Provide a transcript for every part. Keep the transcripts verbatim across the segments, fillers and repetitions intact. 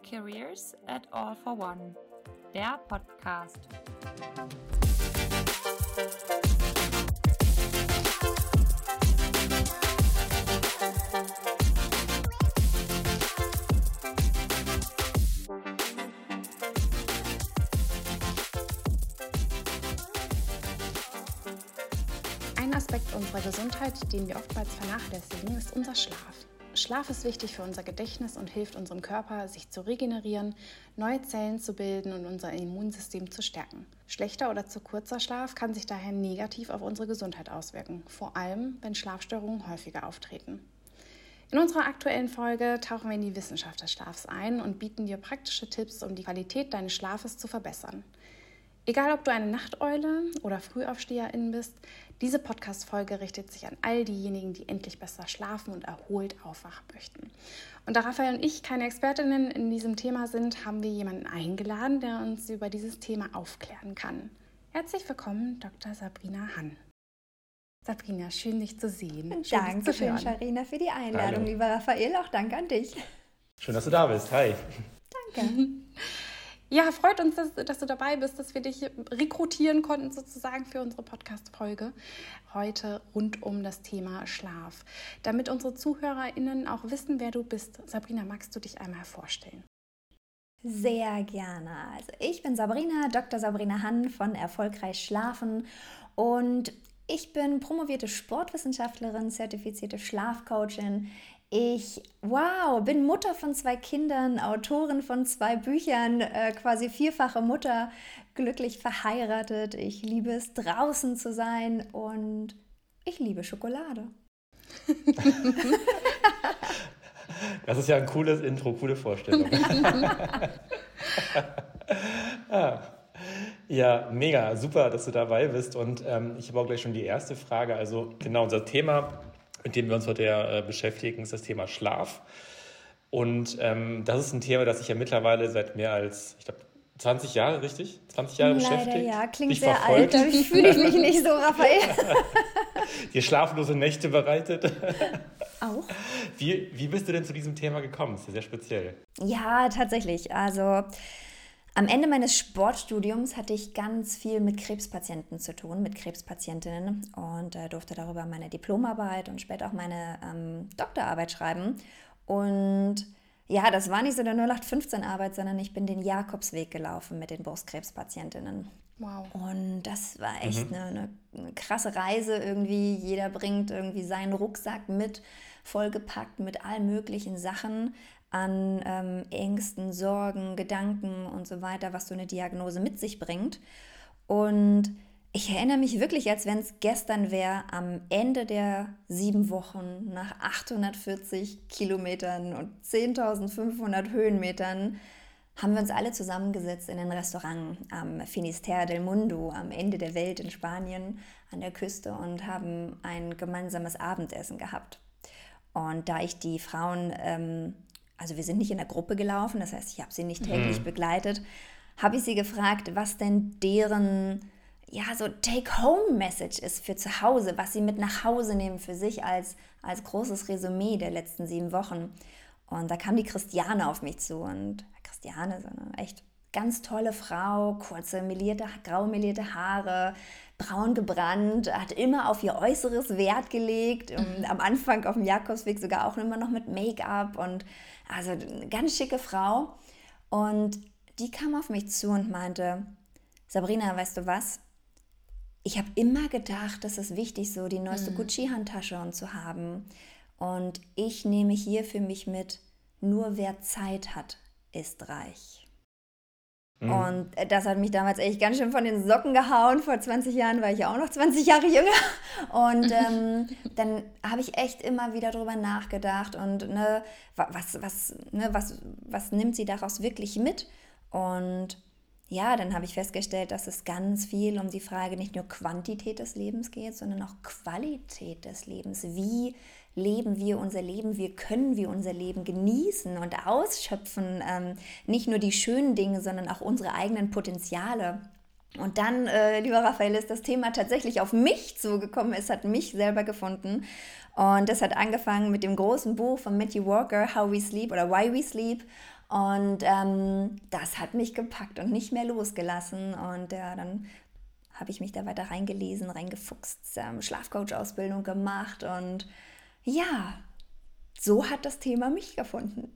Careers at All for One, der Podcast. Ein Aspekt unserer Gesundheit, den wir oftmals vernachlässigen, ist unser Schlaf. Schlaf ist wichtig für unser Gedächtnis und hilft unserem Körper, sich zu regenerieren, neue Zellen zu bilden und unser Immunsystem zu stärken. Schlechter oder zu kurzer Schlaf kann sich daher negativ auf unsere Gesundheit auswirken, vor allem wenn Schlafstörungen häufiger auftreten. In unserer aktuellen Folge tauchen wir in die Wissenschaft des Schlafs ein und bieten dir praktische Tipps, um die Qualität deines Schlafes zu verbessern. Egal, ob du eine Nachteule oder Frühaufsteherin bist, diese Podcast-Folge richtet sich an all diejenigen, die endlich besser schlafen und erholt aufwachen möchten. Und da Raphael und ich keine Expertinnen in diesem Thema sind, haben wir jemanden eingeladen, der uns über dieses Thema aufklären kann. Herzlich willkommen, Doktor Sabrina Hann. Sabrina, schön, dich zu sehen. Schön, danke schön, Sharina, für die Einladung, Hallo. Lieber Raphael. Auch danke an dich. Schön, dass du da bist. Hi. Danke. Ja, freut uns, dass, dass du dabei bist, dass wir dich rekrutieren konnten sozusagen für unsere Podcast-Folge heute rund um das Thema Schlaf. Damit unsere ZuhörerInnen auch wissen, wer du bist. Sabrina, magst du dich einmal vorstellen? Sehr gerne. Also ich bin Sabrina, Doktor Sabrina Hann von Erfolgreich Schlafen und ich bin promovierte Sportwissenschaftlerin, zertifizierte Schlafcoachin. Ich, wow, bin Mutter von zwei Kindern, Autorin von zwei Büchern, äh, quasi vierfache Mutter, glücklich verheiratet. Ich liebe es, draußen zu sein und ich liebe Schokolade. Das ist ja ein cooles Intro, coole Vorstellung. ah. Ja, mega, super, dass du dabei bist. Und ähm, ich habe auch gleich schon die erste Frage. Also genau, unser Thema, mit dem wir uns heute ja äh, beschäftigen, ist das Thema Schlaf. Und ähm, das ist ein Thema, das sich ja mittlerweile seit mehr als, ich glaube, zwanzig Jahre, richtig? zwanzig Jahre Leider, beschäftigt? Ja, klingt dich sehr verfolgt. alt, aber ich fühle mich nicht so, Raphael. Dir schlaflose Nächte bereitet. Auch. Wie, wie bist du denn zu diesem Thema gekommen? Das ist ja sehr speziell. Ja, tatsächlich. Also am Ende meines Sportstudiums hatte ich ganz viel mit Krebspatienten zu tun, mit Krebspatientinnen und äh, durfte darüber meine Diplomarbeit und später auch meine ähm, Doktorarbeit schreiben. Und ja, das war nicht so eine null acht fünfzehn Arbeit, sondern ich bin den Jakobsweg gelaufen mit den Brustkrebspatientinnen. Wow. Und das war echt Mhm. eine, eine, eine krasse Reise irgendwie. Jeder bringt irgendwie seinen Rucksack mit, vollgepackt mit allen möglichen Sachen an ähm, Ängsten, Sorgen, Gedanken und so weiter, was so eine Diagnose mit sich bringt. Und ich erinnere mich wirklich, als wenn es gestern wäre, am Ende der sieben Wochen nach achthundertvierzig Kilometern und zehntausendfünfhundert Höhenmetern haben wir uns alle zusammengesetzt in ein Restaurant am Finisterre del Mundo, am Ende der Welt in Spanien an der Küste und haben ein gemeinsames Abendessen gehabt. Und da ich die Frauen, ähm, also wir sind nicht in der Gruppe gelaufen, das heißt, ich habe sie nicht täglich Mhm. begleitet, habe ich sie gefragt, was denn deren ja, so Take-Home-Message ist für zu Hause, was sie mit nach Hause nehmen für sich als, als großes Resümee der letzten sieben Wochen. Und da kam die Christiane auf mich zu und Christiane, so eine echt ganz tolle Frau, kurze, melierte, grau melierte Haare, braun gebrannt, hat immer auf ihr Äußeres Wert gelegt, mhm. am Anfang auf dem Jakobsweg sogar auch immer noch mit Make-up und also eine ganz schicke Frau. Und die kam auf mich zu und meinte, Sabrina, weißt du was? Ich habe immer gedacht, das ist wichtig, so die neueste mhm. Gucci-Handtasche und zu haben. Und ich nehme hier für mich mit, nur wer Zeit hat, ist reich. Mhm. Und das hat mich damals echt ganz schön von den Socken gehauen. Vor zwanzig Jahren war ich ja auch noch zwanzig Jahre jünger. Und ähm, dann habe ich echt immer wieder drüber nachgedacht. Und ne, was, was, ne, was, was nimmt sie daraus wirklich mit? Und ja, dann habe ich festgestellt, dass es ganz viel um die Frage nicht nur Quantität des Lebens geht, sondern auch Qualität des Lebens. Wie leben wir unser Leben? Wie können wir unser Leben genießen und ausschöpfen? Ähm, nicht nur die schönen Dinge, sondern auch unsere eigenen Potenziale. Und dann, äh, lieber Raphael, ist das Thema tatsächlich auf mich zugekommen. Es hat mich selber gefunden. Und das hat angefangen mit dem großen Buch von Matthew Walker, How We Sleep oder Why We Sleep. Und ähm, das hat mich gepackt und nicht mehr losgelassen. Und ja, dann habe ich mich da weiter reingelesen, reingefuchst, ähm, Schlafcoach-Ausbildung gemacht. Und ja, so hat das Thema mich gefunden.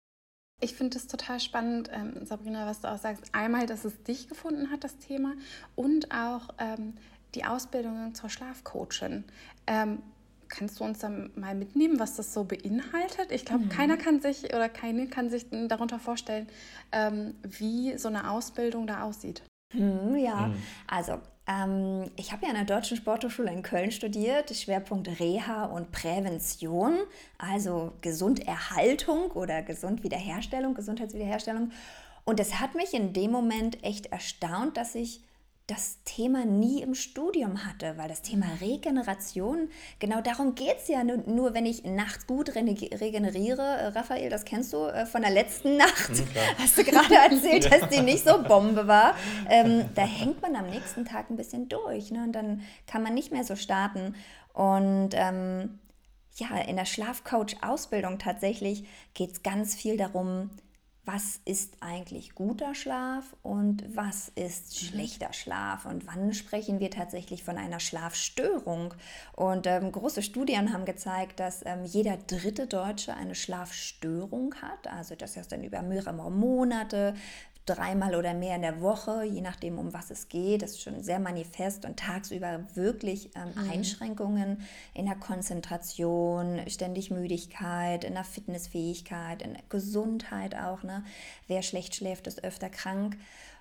Ich finde es total spannend, ähm, Sabrina, was du auch sagst. Einmal, dass es dich gefunden hat, das Thema, und auch ähm, die Ausbildung zur Schlafcoachin. Ähm, kannst du uns dann mal mitnehmen, was das so beinhaltet? Ich glaube, mhm. keiner kann sich oder keine kann sich darunter vorstellen, ähm, wie so eine Ausbildung da aussieht. Hm, ja, mhm. also ähm, ich habe ja an der Deutschen Sporthochschule in Köln studiert, Schwerpunkt Reha und Prävention, also Gesunderhaltung oder Gesundwiederherstellung, Gesundheitswiederherstellung. Und es hat mich in dem Moment echt erstaunt, dass ich das Thema nie im Studium hatte, weil das Thema Regeneration, genau darum geht es ja, nur, nur wenn ich nachts gut regeneriere. Raphael, das kennst du äh, von der letzten Nacht, mhm, hast du gerade erzählt, dass die nicht so Bombe war. Ähm, da hängt man am nächsten Tag ein bisschen durch, ne? Und dann kann man nicht mehr so starten. Und ähm, ja, in der Schlafcoach-Ausbildung tatsächlich geht es ganz viel darum, was ist eigentlich guter Schlaf und was ist schlechter Schlaf und wann sprechen wir tatsächlich von einer Schlafstörung. Und ähm, große Studien haben gezeigt, dass ähm, jeder dritte Deutsche eine Schlafstörung hat, also das heißt dann über mehrere Monate, dreimal oder mehr in der Woche, je nachdem, um was es geht. Das ist schon sehr manifest und tagsüber wirklich ähm, mhm. Einschränkungen in der Konzentration, ständig Müdigkeit, in der Fitnessfähigkeit, in der Gesundheit auch. Ne? Wer schlecht schläft, ist öfter krank.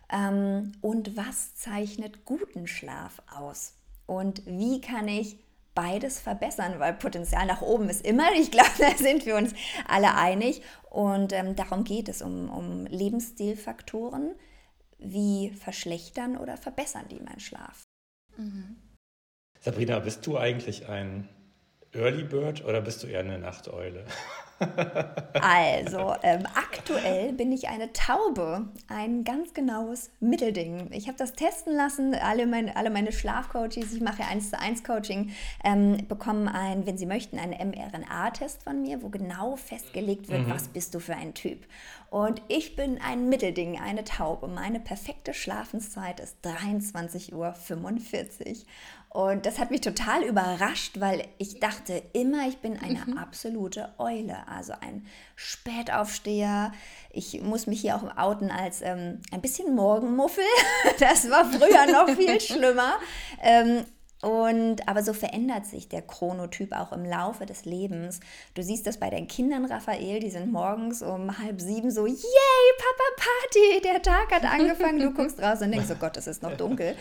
Ähm, und was zeichnet guten Schlaf aus? Und wie kann ich beides verbessern, weil Potenzial nach oben ist immer, ich glaube, da sind wir uns alle einig, und ähm, darum geht es, um, um Lebensstilfaktoren, wie verschlechtern oder verbessern die meinen Schlaf. Mhm. Sabrina, bist du eigentlich ein Early Bird oder bist du eher eine Nachteule? Also, ähm, aktuell bin ich eine Taube, ein ganz genaues Mittelding. Ich habe das testen lassen, alle meine, alle meine Schlafcoaches, ich mache ja eins zu eins Coaching, ähm, bekommen ein, wenn sie möchten, einen M R N A-Test von mir, wo genau festgelegt wird, mhm. was bist du für ein Typ. Und ich bin ein Mittelding, eine Taube. Meine perfekte Schlafenszeit ist dreiundzwanzig Uhr fünfundvierzig. Und das hat mich total überrascht, weil ich dachte immer, ich bin eine mhm. absolute Eule, also ein Spätaufsteher. Ich muss mich hier auch outen als ähm, ein bisschen Morgenmuffel. Das war früher noch viel schlimmer. Ähm, Und, aber so verändert sich der Chronotyp auch im Laufe des Lebens. Du siehst das bei deinen Kindern, Raphael, die sind morgens um halb sieben so, yay, Papa Party, der Tag hat angefangen. Du guckst raus und denkst, oh Gott, es ist noch dunkel.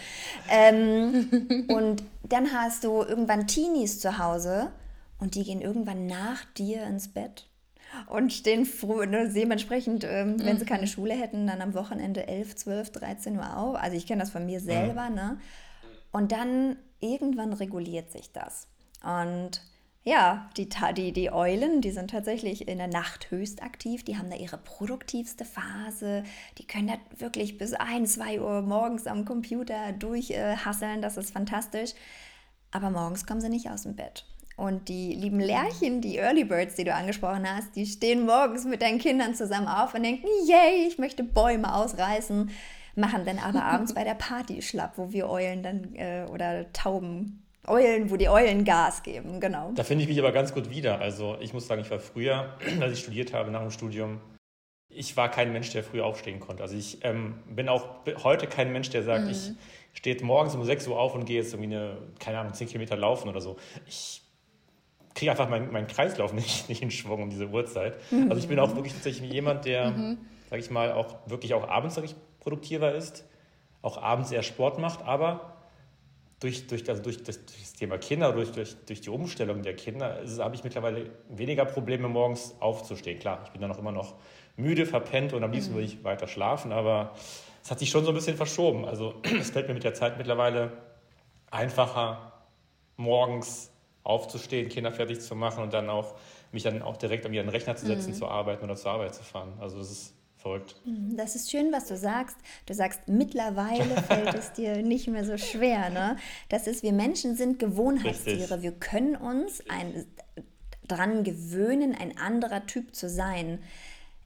Ähm, und dann hast du irgendwann Teenies zu Hause und die gehen irgendwann nach dir ins Bett und stehen früh, ne, dementsprechend, ähm, wenn sie keine Schule hätten, dann am Wochenende elf, zwölf, dreizehn Uhr auf. Also ich kenne das von mir selber, ne? Und dann irgendwann reguliert sich das. Und ja, die, die, die Eulen, die sind tatsächlich in der Nacht höchst aktiv. Die haben da ihre produktivste Phase. Die können da wirklich bis ein, zwei Uhr morgens am Computer durchhasseln. Das ist fantastisch. Aber morgens kommen sie nicht aus dem Bett. Und die lieben Lerchen, die Early Birds, die du angesprochen hast, die stehen morgens mit deinen Kindern zusammen auf und denken, yay, ich möchte Bäume ausreißen. Machen dann aber abends bei der Party schlapp, wo wir Eulen dann, äh, oder Tauben, Eulen, wo die Eulen Gas geben, genau. Da finde ich mich aber ganz gut wieder. Also ich muss sagen, ich war früher, als ich studiert habe, nach dem Studium, ich war kein Mensch, der früh aufstehen konnte. Also ich ähm, bin auch heute kein Mensch, der sagt, mhm. ich stehe morgens um sechs Uhr auf und gehe jetzt irgendwie eine, keine Ahnung, zehn Kilometer laufen oder so. Ich kriege einfach meinen mein Kreislauf nicht, nicht in Schwung um diese Uhrzeit. Mhm. Also ich bin auch wirklich tatsächlich jemand, der, mhm. sag ich mal, auch wirklich auch abends, sag ich, produktiver ist, auch abends eher Sport macht, aber durch, durch, also durch, das, durch das Thema Kinder, durch, durch, durch die Umstellung der Kinder, habe ich mittlerweile weniger Probleme, morgens aufzustehen. Klar, ich bin dann auch immer noch müde, verpennt und am liebsten mhm. würde ich weiter schlafen, aber es hat sich schon so ein bisschen verschoben. Also es fällt mir mit der Zeit mittlerweile einfacher, morgens aufzustehen, Kinder fertig zu machen und dann auch mich dann auch direkt an ihren Rechner zu setzen, mhm. zu arbeiten oder zur Arbeit zu fahren. Also es ist verrückt. Das ist schön, was du sagst. Du sagst, mittlerweile fällt es dir nicht mehr so schwer. Ne? Das ist, wir Menschen sind Gewohnheitstiere. Richtig. Wir können uns ein, dran gewöhnen, ein anderer Typ zu sein.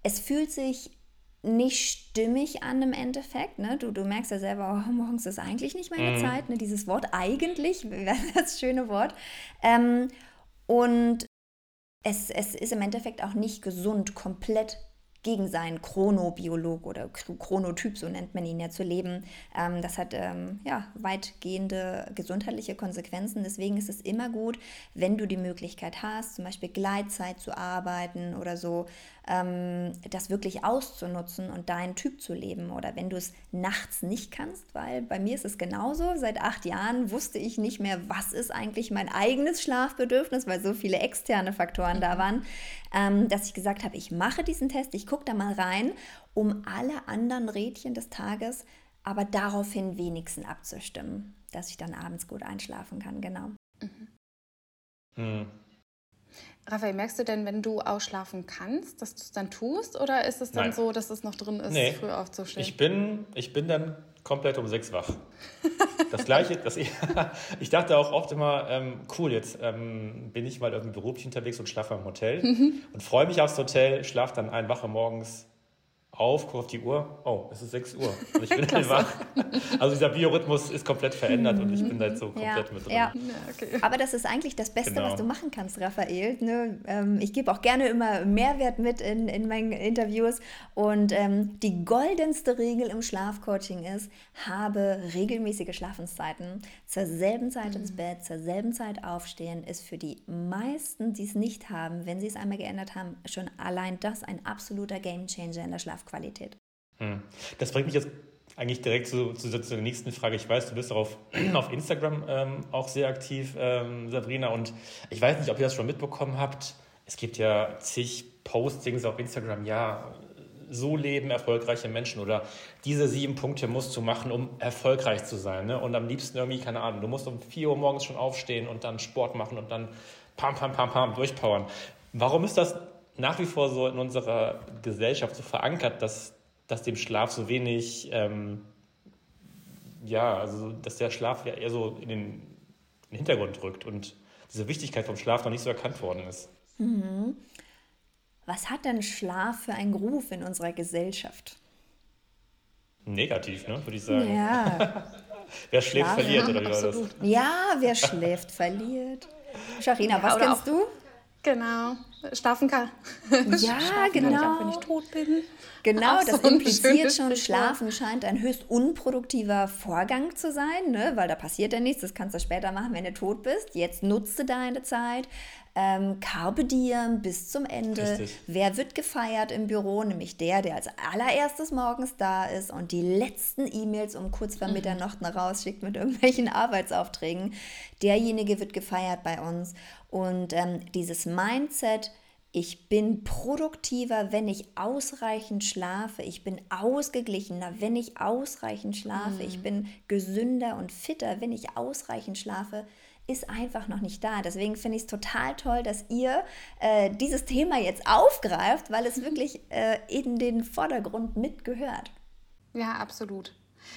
es fühlt sich nicht stimmig an im Endeffekt. Ne? Du, du merkst ja selber, oh, morgens ist eigentlich nicht meine mhm. Zeit. Ne? Dieses Wort eigentlich, das schöne Wort. Ähm, und es, es ist im Endeffekt auch nicht gesund, komplett gegen seinen Chronobiolog oder Chronotyp, so nennt man ihn ja, zu leben. Ähm, das hat ähm, ja, weitgehende gesundheitliche Konsequenzen. Deswegen ist es immer gut, wenn du die Möglichkeit hast, zum Beispiel Gleitzeit zu arbeiten oder so, ähm, das wirklich auszunutzen und deinen Typ zu leben. Oder wenn du es nachts nicht kannst, weil bei mir ist es genauso. Seit acht Jahren wusste ich nicht mehr, was ist eigentlich mein eigenes Schlafbedürfnis, weil so viele externe Faktoren mhm. da waren, ähm, dass ich gesagt habe, ich mache diesen Test, ich guck da mal rein, um alle anderen Rädchen des Tages aber daraufhin wenigstens abzustimmen, dass ich dann abends gut einschlafen kann, genau. Mhm. Hm. Raphael, merkst du denn, wenn du ausschlafen kannst, dass du es dann tust, oder ist es dann Nein. so, dass es noch drin ist, nee. früh aufzustehen? Ich bin, ich bin dann komplett um sechs wach. Das Gleiche, das ich, ich dachte auch oft immer, ähm, cool, jetzt ähm, bin ich mal irgendwie beruflich unterwegs und schlafe im Hotel mhm. und freue mich aufs Hotel, schlafe dann ein, wache morgens auf, gucke auf die Uhr, oh, es ist sechs Uhr und ich bin dann wach. Also dieser Biorhythmus ist komplett verändert und ich bin da jetzt so komplett ja, mit drin. Ja. Ja, okay. Aber das ist eigentlich das Beste, Genau. was du machen kannst, Raphael. Ne? Ähm, ich gebe auch gerne immer Mehrwert mit in, in meinen Interviews und ähm, die goldenste Regel im Schlafcoaching ist, habe regelmäßige Schlafenszeiten. Zur selben Zeit mhm. ins Bett, zur selben Zeit aufstehen, ist für die meisten, die es nicht haben, wenn sie es einmal geändert haben, schon allein das ein absoluter Gamechanger in der Schlafqualität. Das bringt mich jetzt eigentlich direkt zu, zu, zu der nächsten Frage. Ich weiß, du bist auf, auf Instagram ähm, auch sehr aktiv, ähm, Sabrina, und ich weiß nicht, ob ihr das schon mitbekommen habt. Es gibt ja zig Postings auf Instagram, ja, so leben erfolgreiche Menschen oder diese sieben Punkte musst du machen, um erfolgreich zu sein. Ne? Und am liebsten irgendwie, keine Ahnung, du musst um vier Uhr morgens schon aufstehen und dann Sport machen und dann pam, pam, pam, pam durchpowern. Warum ist das nach wie vor so in unserer Gesellschaft so verankert, dass, dass dem Schlaf so wenig, ähm, ja, also dass der Schlaf ja eher so in den, in den Hintergrund rückt und diese Wichtigkeit vom Schlaf noch nicht so erkannt worden ist? Mhm. Was hat denn Schlaf für einen Ruf in unserer Gesellschaft? Negativ, ne, würde ich sagen. Ja. Wer schläft, Schlaf, verliert, ja, oder wie war das? Ja, wer schläft, verliert. Sharina, Ja, was oder kennst auch- du? Genau, schlafen kann. Ja, Schlafen genau. Kann ich auch, wenn ich tot bin. Genau, Auch das so ein impliziert schönes schon, Stichwort. Schlafen scheint ein höchst unproduktiver Vorgang zu sein, ne? Weil da passiert ja nichts, das kannst du später machen, wenn du tot bist. Jetzt nutze deine Zeit, ähm, carpe diem bis zum Ende. Richtig. Wer wird gefeiert im Büro? Nämlich der, der als allererstes morgens da ist und die letzten E-Mails um kurz vor Mitternacht noch rausschickt mit irgendwelchen Arbeitsaufträgen. Derjenige wird gefeiert bei uns. Und ähm, dieses Mindset, ich bin produktiver, wenn ich ausreichend schlafe. Ich bin ausgeglichener, wenn ich ausreichend schlafe. Mhm. Ich bin gesünder und fitter, wenn ich ausreichend schlafe, ist einfach noch nicht da. Deswegen finde ich es total toll, dass ihr äh, dieses Thema jetzt aufgreift, weil es wirklich äh, in den Vordergrund mitgehört. Ja, absolut.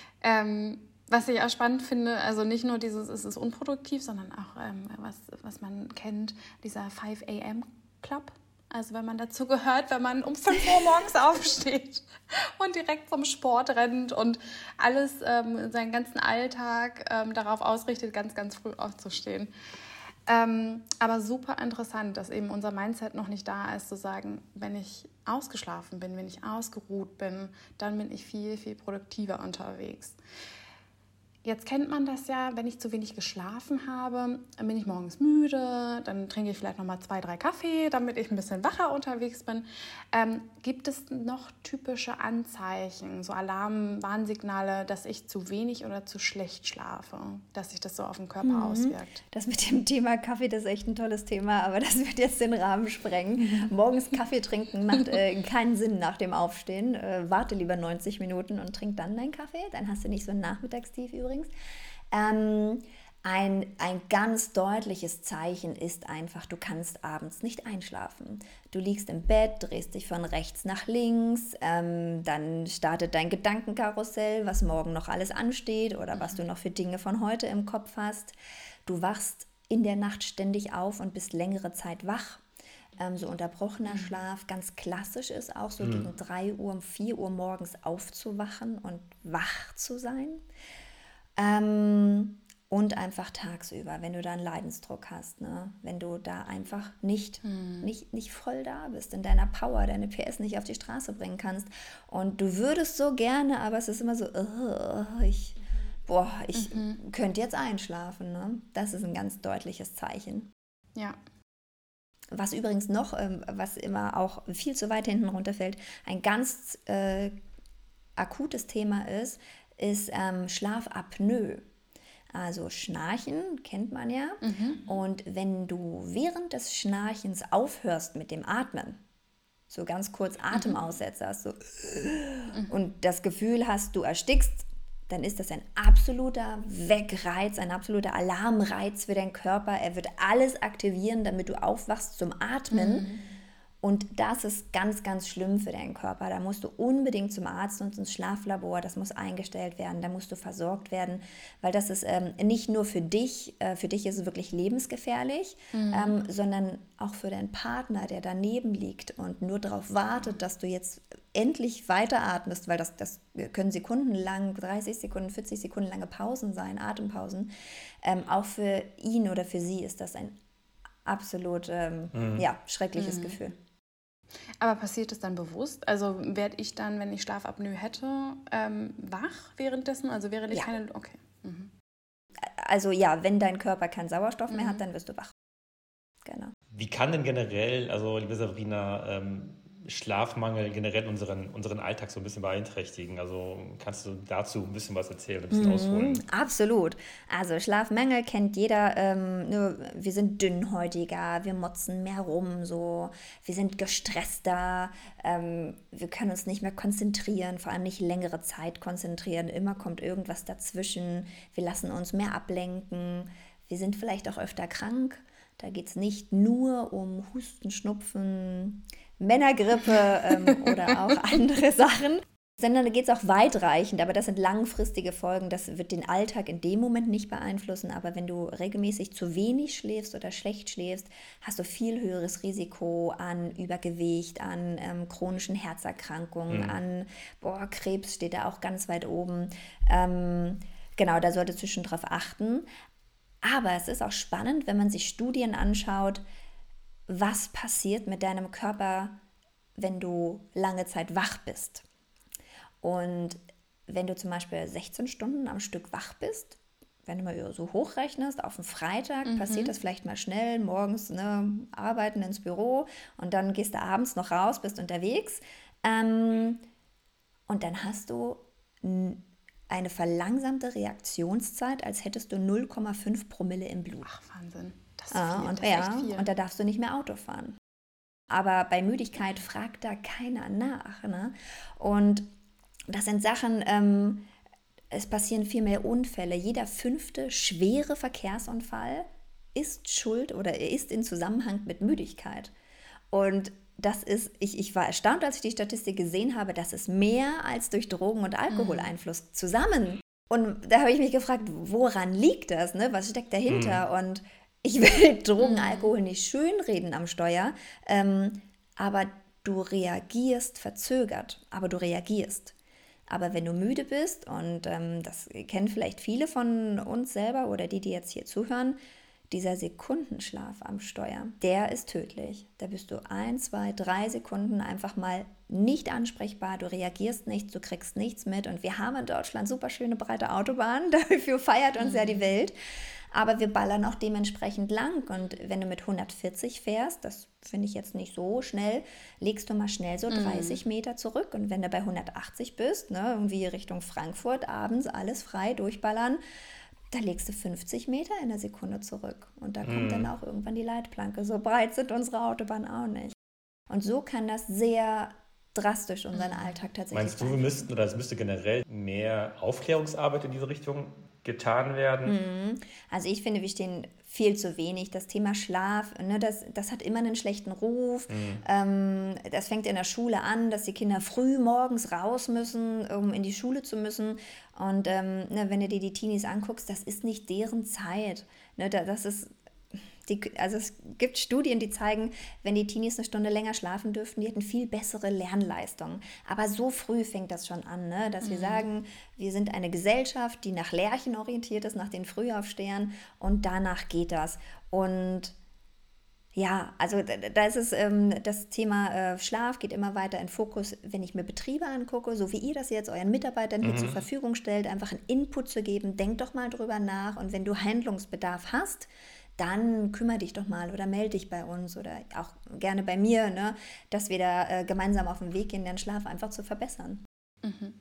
Ähm, was ich auch spannend finde, also nicht nur dieses, es ist unproduktiv, sondern auch, ähm, was, was man kennt, dieser five a.m. Club. Also wenn man dazu gehört, wenn man um fünf Uhr morgens aufsteht und direkt zum Sport rennt und alles, ähm, seinen ganzen Alltag ähm, darauf ausrichtet, ganz, ganz früh aufzustehen. Ähm, aber super interessant, dass eben unser Mindset noch nicht da ist, zu sagen, wenn ich ausgeschlafen bin, wenn ich ausgeruht bin, dann bin ich viel, viel produktiver unterwegs. Jetzt kennt man das ja, wenn ich zu wenig geschlafen habe, dann bin ich morgens müde, dann trinke ich vielleicht nochmal zwei, drei Kaffee, damit ich ein bisschen wacher unterwegs bin. Ähm, gibt es noch typische Anzeichen, so Alarm, Warnsignale, dass ich zu wenig oder zu schlecht schlafe, dass sich das so auf den Körper Mhm. auswirkt? Das mit dem Thema Kaffee, das ist echt ein tolles Thema, aber das wird jetzt den Rahmen sprengen. Morgens Kaffee trinken macht äh, keinen Sinn nach dem Aufstehen. Äh, warte lieber neunzig Minuten und trink dann deinen Kaffee. Dann hast du nicht so ein Nachmittagstief übrigens. Ähm, ein, ein ganz deutliches Zeichen ist einfach, du kannst abends nicht einschlafen. Du liegst im Bett, drehst dich von rechts nach links, ähm, dann startet dein Gedankenkarussell, was morgen noch alles ansteht oder was du noch für Dinge von heute im Kopf hast. Du wachst in der Nacht ständig auf und bist längere Zeit wach. ähm, so unterbrochener mhm. Schlaf ganz klassisch ist, auch so mhm. gegen drei Uhr, um vier Uhr morgens aufzuwachen und wach zu sein. Ähm, und einfach tagsüber, wenn du da einen Leidensdruck hast, ne? Wenn du da einfach nicht, mhm. nicht, nicht voll da bist, in deiner Power, deine P S nicht auf die Straße bringen kannst. Und du würdest so gerne, aber es ist immer so, uh, ich, boah, ich mhm. könnte jetzt einschlafen. Ne? Das ist ein ganz deutliches Zeichen. Ja. Was übrigens noch, ähm, was immer auch viel zu weit hinten runterfällt, ein ganz äh, akutes Thema ist, ist ähm, Schlafapnoe. Also Schnarchen kennt man ja. Mhm. Und wenn du während des Schnarchens aufhörst mit dem Atmen, so ganz kurz Atemaussetzer hast, so, mhm. und das Gefühl hast, du erstickst, dann ist das ein absoluter Wegreiz, ein absoluter Alarmreiz für deinen Körper. Er wird alles aktivieren, damit du aufwachst zum Atmen. Mhm. Und das ist ganz, ganz schlimm für deinen Körper. Da musst du unbedingt zum Arzt und ins Schlaflabor. Das muss eingestellt werden. Da musst du versorgt werden, weil das ist ähm, nicht nur für dich, äh, für dich ist es wirklich lebensgefährlich, mhm. ähm, sondern auch für deinen Partner, der daneben liegt und nur darauf wartet, dass du jetzt endlich weiteratmest, weil das, das können sekundenlang, dreißig Sekunden, vierzig Sekunden lange Pausen sein, Atempausen. Ähm, auch für ihn oder für sie ist das ein absolut ähm, mhm. ja, schreckliches mhm. Gefühl. Aber passiert es dann bewusst? Also werde ich dann, wenn ich Schlafapnoe hätte, ähm, wach währenddessen? Also während ich ja. keine... Okay. Mhm. Also ja, wenn dein Körper keinen Sauerstoff mhm. mehr hat, dann wirst du wach. Genau. Wie kann denn generell, also liebe Sabrina, ähm, Schlafmangel generell unseren, unseren Alltag so ein bisschen beeinträchtigen? Also kannst du dazu ein bisschen was erzählen, ein bisschen mhm, ausholen? Absolut. Also Schlafmangel kennt jeder. Ähm, nur wir sind dünnhäutiger, wir motzen mehr rum, so. Wir sind gestresster, ähm, wir können uns nicht mehr konzentrieren, vor allem nicht längere Zeit konzentrieren. Immer kommt irgendwas dazwischen. Wir lassen uns mehr ablenken. Wir sind vielleicht auch öfter krank. Da geht es nicht nur um Husten, Schnupfen, Männergrippe ähm, oder auch andere Sachen, sondern da geht es auch weitreichend, aber das sind langfristige Folgen, das wird den Alltag in dem Moment nicht beeinflussen, aber wenn du regelmäßig zu wenig schläfst oder schlecht schläfst, hast du viel höheres Risiko an Übergewicht, an ähm, chronischen Herzerkrankungen, mhm. an boah, Krebs steht da auch ganz weit oben. Ähm, genau, da solltest du schon drauf achten. Aber es ist auch spannend, wenn man sich Studien anschaut, was passiert mit deinem Körper, wenn du lange Zeit wach bist. Und wenn du zum Beispiel sechzehn Stunden am Stück wach bist, wenn du mal so hochrechnest, auf einen Freitag mhm. passiert das vielleicht mal schnell, morgens ne, arbeiten ins Büro und dann gehst du abends noch raus, bist unterwegs ähm, und dann hast du n- eine verlangsamte Reaktionszeit, als hättest du null Komma fünf Promille im Blut. Ach, Wahnsinn. Das ist, ah, viel. Und, das ist ja, echt viel. Und da darfst du nicht mehr Auto fahren. Aber bei Müdigkeit fragt da keiner nach. Ne? Und das sind Sachen, ähm, es passieren viel mehr Unfälle. Jeder fünfte schwere Verkehrsunfall ist schuld oder ist in Zusammenhang mit Müdigkeit. Und das ist, ich, ich war erstaunt, als ich die Statistik gesehen habe, das ist mehr als durch Drogen- und Alkoholeinfluss zusammen. Und da habe ich mich gefragt, woran liegt das? Ne? Was steckt dahinter? Mhm. Und ich will Drogen, Alkohol nicht schönreden am Steuer, ähm, aber du reagierst verzögert, aber du reagierst. Aber wenn du müde bist, und ähm, das kennen vielleicht viele von uns selber oder die, die jetzt hier zuhören, dieser Sekundenschlaf am Steuer, der ist tödlich. Da bist du ein, zwei, drei Sekunden einfach mal nicht ansprechbar, du reagierst nichts, du kriegst nichts mit. Und wir haben in Deutschland super schöne breite Autobahnen, dafür feiert uns mhm. ja die Welt. Aber wir ballern auch dementsprechend lang. Und wenn du mit hundertvierzig fährst, das finde ich jetzt nicht so schnell, legst du mal schnell so dreißig mm. Meter zurück. Und wenn du bei hundertachtzig bist, ne, irgendwie Richtung Frankfurt, abends alles frei durchballern, da legst du fünfzig Meter in der Sekunde zurück. Und da mm. kommt dann auch irgendwann die Leitplanke. So breit sind unsere Autobahnen auch nicht. Und so kann das sehr drastisch unseren Alltag tatsächlich Meinst du, wir müssten, oder es müsste generell mehr Aufklärungsarbeit in diese Richtung getan werden? Also ich finde, wir stehen viel zu wenig. Das Thema Schlaf, ne, das, das hat immer einen schlechten Ruf. Mhm. Ähm, das fängt in der Schule an, dass die Kinder früh morgens raus müssen, um in die Schule zu müssen. Und ähm, ne, wenn du dir die Teenies anguckst, das ist nicht deren Zeit. Ne, das ist, Die, also es gibt Studien, die zeigen, wenn die Teenies eine Stunde länger schlafen dürften, die hätten viel bessere Lernleistungen. Aber so früh fängt das schon an, ne? Dass mhm. wir sagen, wir sind eine Gesellschaft, die nach Lerchen orientiert ist, nach den Frühaufstehern und danach geht das. Und ja, also da ist es, ähm, das Thema äh, Schlaf geht immer weiter in Fokus, wenn ich mir Betriebe angucke, so wie ihr das jetzt euren Mitarbeitern hier mhm. zur Verfügung stellt, einfach einen Input zu geben, denk doch mal drüber nach und wenn du Handlungsbedarf hast, dann kümmere dich doch mal oder melde dich bei uns oder auch gerne bei mir, ne, dass wir da äh, gemeinsam auf den Weg gehen, den Schlaf einfach zu verbessern. Mhm.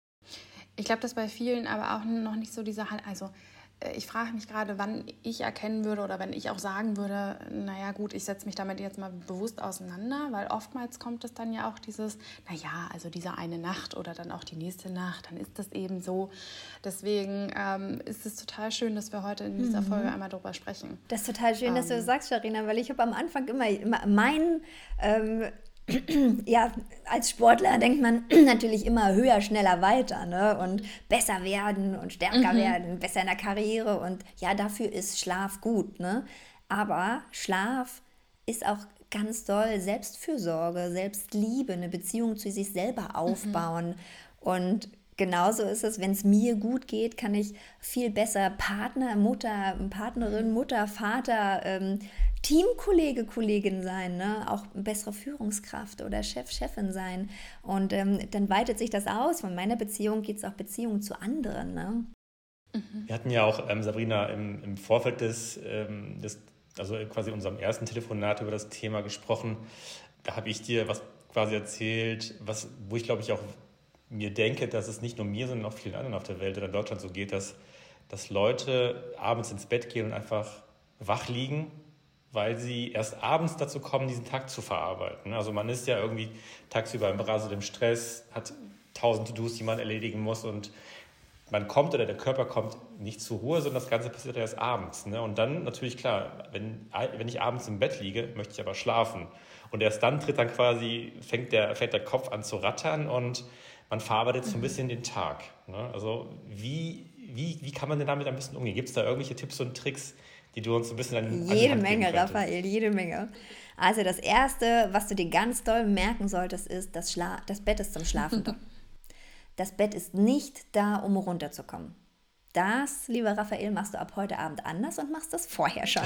Ich glaube, dass bei vielen aber auch noch nicht so diese, also ich frage mich gerade, wann ich erkennen würde oder wenn ich auch sagen würde, naja gut, ich setze mich damit jetzt mal bewusst auseinander, weil oftmals kommt es dann ja auch dieses, naja, also diese eine Nacht oder dann auch die nächste Nacht, dann ist das eben so. Deswegen ähm, ist es total schön, dass wir heute in dieser Folge mhm. einmal drüber sprechen. Das ist total schön, ähm, dass du das sagst, Sharina, weil ich habe am Anfang immer, immer mein... Ähm, ja, als Sportler denkt man natürlich immer höher, schneller, weiter, ne? Und besser werden und stärker mhm. werden, besser in der Karriere und ja, dafür ist Schlaf gut, ne? Aber Schlaf ist auch ganz doll Selbstfürsorge, Selbstliebe, eine Beziehung zu sich selber aufbauen mhm. und genauso ist es, wenn es mir gut geht, kann ich viel besser Partner, Mutter, Partnerin, Mutter, Vater, ähm, Teamkollege, Kollegin sein, ne? Auch bessere Führungskraft oder Chef, Chefin sein. Und ähm, dann weitet sich das aus. Von meiner Beziehung geht es auch Beziehungen zu anderen. Ne? Mhm. Wir hatten ja auch, ähm, Sabrina, im, im Vorfeld des, ähm, des, also quasi unserem ersten Telefonat über das Thema gesprochen. Da habe ich dir was quasi erzählt, was, wo ich glaube ich auch mir denke, dass es nicht nur mir, sondern auch vielen anderen auf der Welt oder in Deutschland so geht, dass, dass Leute abends ins Bett gehen und einfach wach liegen, weil sie erst abends dazu kommen, diesen Tag zu verarbeiten. Also man ist ja irgendwie tagsüber im Rasel im Stress, hat tausend To-Dos, die man erledigen muss und man kommt oder der Körper kommt nicht zur Ruhe, sondern das Ganze passiert erst abends. Ne? Und dann natürlich klar, wenn, wenn ich abends im Bett liege, möchte ich aber schlafen. Und erst dann tritt dann quasi, fängt der, fängt der Kopf an zu rattern und man verarbeitet so ein bisschen den Tag. Ne? Also wie, wie, wie kann man denn damit ein bisschen umgehen? Gibt es da irgendwelche Tipps und Tricks, die du uns ein bisschen an, jede an Menge, Raphael, jede Menge. Also das Erste, was du dir ganz doll merken solltest, ist, das, Schla- das Bett ist zum Schlafen da. Das Bett ist nicht da, um runterzukommen. Das, lieber Raphael, machst du ab heute Abend anders und machst das vorher schon.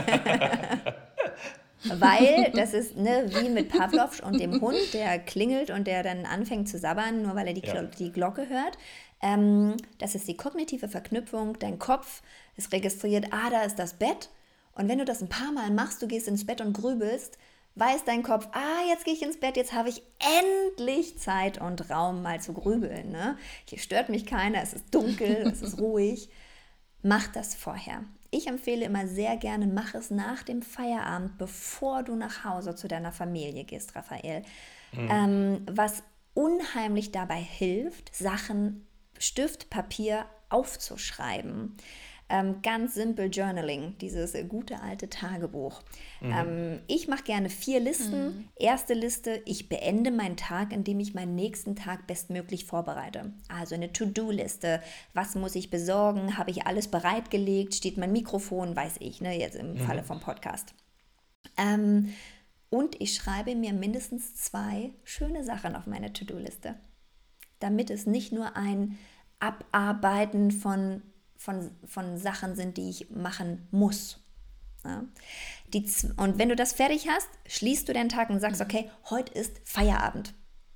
Weil das ist ne, wie mit Pavlov und dem Hund, der klingelt und der dann anfängt zu sabbern, nur weil er die, ja. Glo- die Glocke hört. Ähm, das ist die kognitive Verknüpfung. Dein Kopf ist registriert, ah, da ist das Bett. Und wenn du das ein paar Mal machst, du gehst ins Bett und grübelst, weiß dein Kopf, ah, jetzt gehe ich ins Bett, jetzt habe ich endlich Zeit und Raum mal zu grübeln. Ne? Hier stört mich keiner, es ist dunkel, es ist ruhig. Mach das vorher. Ich empfehle immer sehr gerne, mach es nach dem Feierabend, bevor du nach Hause zu deiner Familie gehst, Raphael. Mhm. Ähm, was unheimlich dabei hilft, Sachen, Stift, Papier aufzuschreiben. Ähm, ganz simpel Journaling, dieses äh, gute alte Tagebuch. Mhm. Ähm, ich mache gerne vier Listen. Mhm. Erste Liste, ich beende meinen Tag, indem ich meinen nächsten Tag bestmöglich vorbereite. Also eine To-Do-Liste. Was muss ich besorgen? Habe ich alles bereitgelegt? Steht mein Mikrofon? Weiß ich, ne? Jetzt im mhm. Falle vom Podcast. Ähm, und ich schreibe mir mindestens zwei schöne Sachen auf meine To-Do-Liste. Damit es nicht nur ein Abarbeiten von Von, von Sachen sind, die ich machen muss. Ja. Die, und wenn du das fertig hast, schließt du den Tag und sagst, okay, heute ist Feierabend.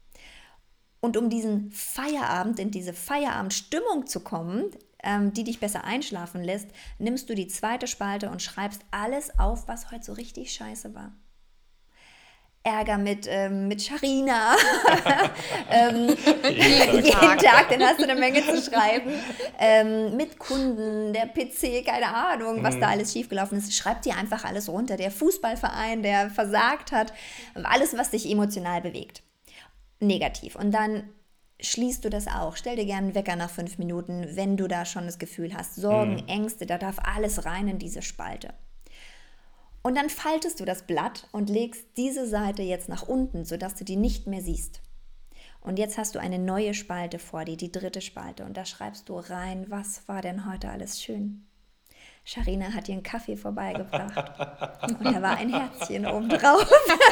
Und um diesen Feierabend, in diese Feierabendstimmung zu kommen, ähm, die dich besser einschlafen lässt, nimmst du die zweite Spalte und schreibst alles auf, was heute so richtig scheiße war. Ärger mit, ähm, mit Sharina, ähm, jeden Tag. Tag, dann hast du eine Menge zu schreiben, ähm, mit Kunden, der P C, keine Ahnung, was mhm. da alles schiefgelaufen ist, schreib dir einfach alles runter, der Fußballverein, der versagt hat, alles, was dich emotional bewegt, negativ. Und dann schließt du das auch, stell dir gerne einen Wecker nach fünf Minuten, wenn du da schon das Gefühl hast, Sorgen, mhm. Ängste, da darf alles rein in diese Spalte. Und dann faltest du das Blatt und legst diese Seite jetzt nach unten, sodass du die nicht mehr siehst. Und jetzt hast du eine neue Spalte vor dir, die dritte Spalte. Und da schreibst du rein, was war denn heute alles schön? Sharina hat dir einen Kaffee vorbeigebracht und da war ein Herzchen oben drauf.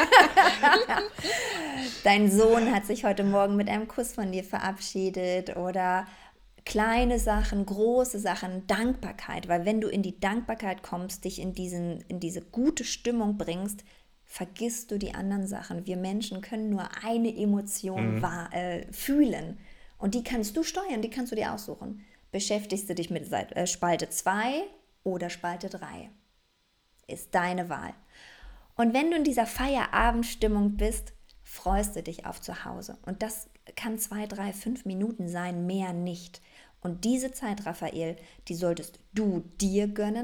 Dein Sohn hat sich heute Morgen mit einem Kuss von dir verabschiedet oder kleine Sachen, große Sachen, Dankbarkeit, weil wenn du in die Dankbarkeit kommst, dich in, diesen, in diese gute Stimmung bringst, vergisst du die anderen Sachen. Wir Menschen können nur eine Emotion mhm. wahr, äh, fühlen und die kannst du steuern, die kannst du dir aussuchen. Beschäftigst du dich mit äh, Spalte zwei oder Spalte drei? Ist deine Wahl. Und wenn du in dieser Feierabendstimmung bist, freust du dich auf zu Hause. Und das kann zwei, drei, fünf Minuten sein, mehr nicht. Und diese Zeit, Raphael, die solltest du dir gönnen,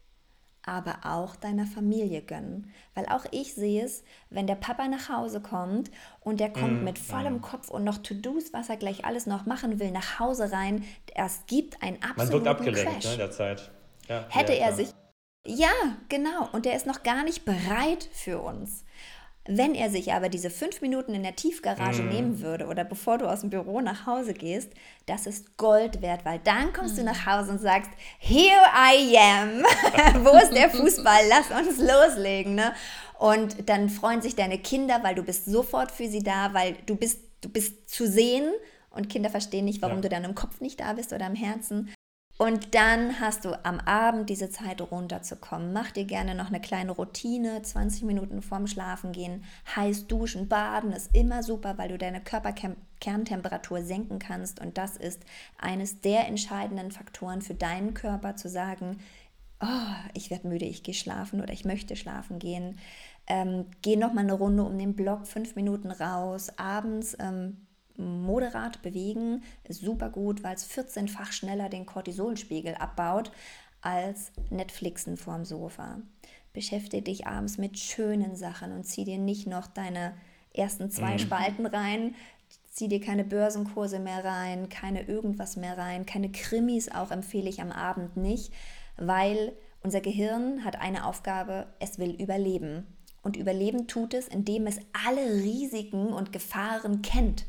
aber auch deiner Familie gönnen. Weil auch ich sehe es, wenn der Papa nach Hause kommt und der kommt mm, mit vollem mm. Kopf und noch To-Dos, was er gleich alles noch machen will, nach Hause rein, es gibt einen absoluten Man wirkt abgelenkt, Crash. Ne, in der Zeit. Ja, Hätte ja, er klar. sich... Ja, genau. Und der ist noch gar nicht bereit für uns. Wenn er sich aber diese fünf Minuten in der Tiefgarage mm. nehmen würde oder bevor du aus dem Büro nach Hause gehst, das ist Gold wert, weil dann kommst mm. du nach Hause und sagst, here I am, wo ist der Fußball, lass uns loslegen. Ne? Und dann freuen sich deine Kinder, weil du bist sofort für sie da, weil du bist, du bist zu sehen und Kinder verstehen nicht, warum ja. du dann im Kopf nicht da bist oder im Herzen. Und dann hast du am Abend diese Zeit runterzukommen. Mach dir gerne noch eine kleine Routine, zwanzig Minuten vorm Schlafengehen. Heiß duschen, baden ist immer super, weil du deine Körperkerntemperatur senken kannst. Und das ist eines der entscheidenden Faktoren für deinen Körper, zu sagen, oh, ich werde müde, ich gehe schlafen oder ich möchte schlafen gehen. Ähm, geh noch mal eine Runde um den Block, fünf Minuten raus. Abends ähm, moderat bewegen ist super gut, weil es vierzehnfach schneller den Cortisolspiegel abbaut als Netflixen vorm Sofa. Beschäftige dich abends mit schönen Sachen und zieh dir nicht noch deine ersten zwei mm. Spalten rein, zieh dir keine Börsenkurse mehr rein, keine irgendwas mehr rein, keine Krimis auch empfehle ich am Abend nicht, weil unser Gehirn hat eine Aufgabe, es will überleben. Und überleben tut es, indem es alle Risiken und Gefahren kennt.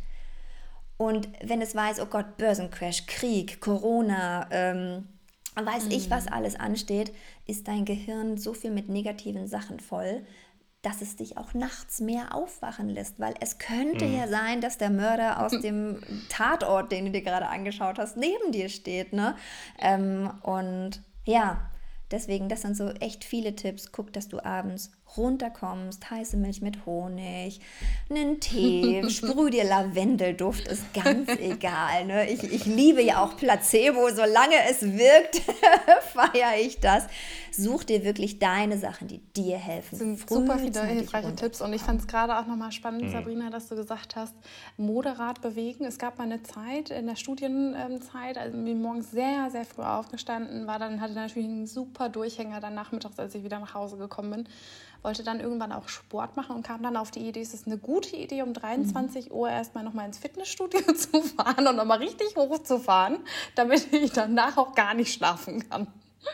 Und wenn es weiß, oh Gott, Börsencrash, Krieg, Corona, ähm, weiß mm. ich, was alles ansteht, ist dein Gehirn so viel mit negativen Sachen voll, dass es dich auch nachts mehr aufwachen lässt. Weil es könnte mm. ja sein, dass der Mörder aus dem Tatort, den du dir gerade angeschaut hast, neben dir steht. Ne? Ähm, und ja, deswegen, das sind so echt viele Tipps. Guck, dass du abends runterkommst, heiße Milch mit Honig, einen Tee, sprüh dir Lavendelduft, ist ganz egal. Ne? Ich, ich liebe ja auch Placebo, solange es wirkt, feiere ich das. Such dir wirklich deine Sachen, die dir helfen. Das sind super viele hilfreiche Tipps und ich fand es gerade auch nochmal spannend, mhm. Sabrina, dass du gesagt hast, moderat bewegen. Es gab mal eine Zeit, in der Studienzeit, also bin morgens sehr, sehr früh aufgestanden, war dann, hatte natürlich einen super Durchhänger dann nachmittags, als ich wieder nach Hause gekommen bin. Wollte dann irgendwann auch Sport machen und kam dann auf die Idee, es ist eine gute Idee, um dreiundzwanzig Uhr erstmal nochmal ins Fitnessstudio zu fahren und nochmal richtig hochzufahren, damit ich danach auch gar nicht schlafen kann.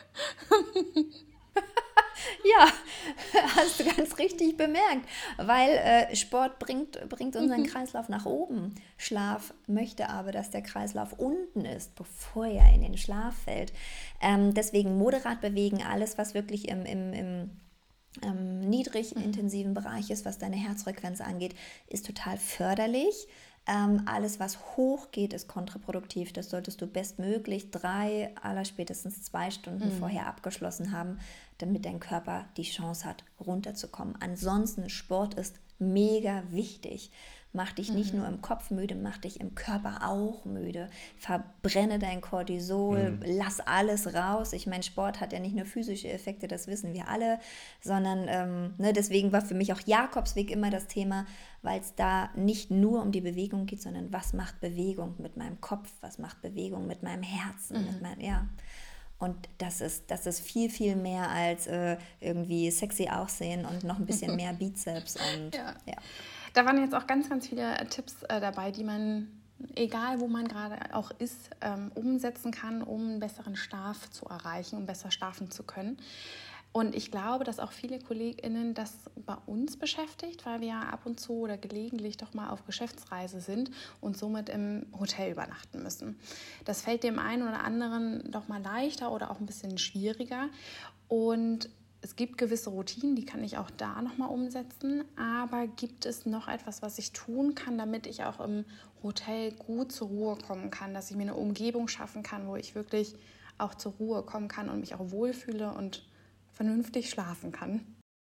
Ja, hast du ganz richtig bemerkt, weil äh, Sport bringt, bringt unseren mhm. Kreislauf nach oben. Schlaf möchte aber, dass der Kreislauf unten ist, bevor er in den Schlaf fällt. Ähm, deswegen moderat bewegen, alles, was wirklich im, im, im ähm, niedrig intensiven Bereich ist, was deine Herzfrequenz angeht, ist total förderlich. Ähm, alles, was hoch geht, ist kontraproduktiv. Das solltest du bestmöglich drei, allerspätestens zwei Stunden mhm. vorher abgeschlossen haben, damit dein Körper die Chance hat, runterzukommen. Ansonsten, Sport ist mega wichtig. Mach dich nicht mhm. nur im Kopf müde, mach dich im Körper auch müde. Verbrenne dein Cortisol, mhm. lass alles raus. Ich meine, Sport hat ja nicht nur physische Effekte, das wissen wir alle, sondern ähm, ne, deswegen war für mich auch Jakobsweg immer das Thema, weil es da nicht nur um die Bewegung geht, sondern was macht Bewegung mit meinem Kopf, was macht Bewegung mit meinem Herzen, mhm. mit meinem, ja. Und das ist, das ist viel, viel mehr als äh, irgendwie sexy aussehen und noch ein bisschen mehr Bizeps. Und, ja. Ja. Da waren jetzt auch ganz, ganz viele Tipps äh, dabei, die man, egal wo man gerade auch ist, ähm, umsetzen kann, um einen besseren Schlaf zu erreichen, um besser schlafen zu können. Und ich glaube, dass auch viele KollegInnen das bei uns beschäftigt, weil wir ja ab und zu oder gelegentlich doch mal auf Geschäftsreise sind und somit im Hotel übernachten müssen. Das fällt dem einen oder anderen doch mal leichter oder auch ein bisschen schwieriger. Und es gibt gewisse Routinen, die kann ich auch da nochmal umsetzen. Aber gibt es noch etwas, was ich tun kann, damit ich auch im Hotel gut zur Ruhe kommen kann, dass ich mir eine Umgebung schaffen kann, wo ich wirklich auch zur Ruhe kommen kann und mich auch wohlfühle und vernünftig schlafen kann?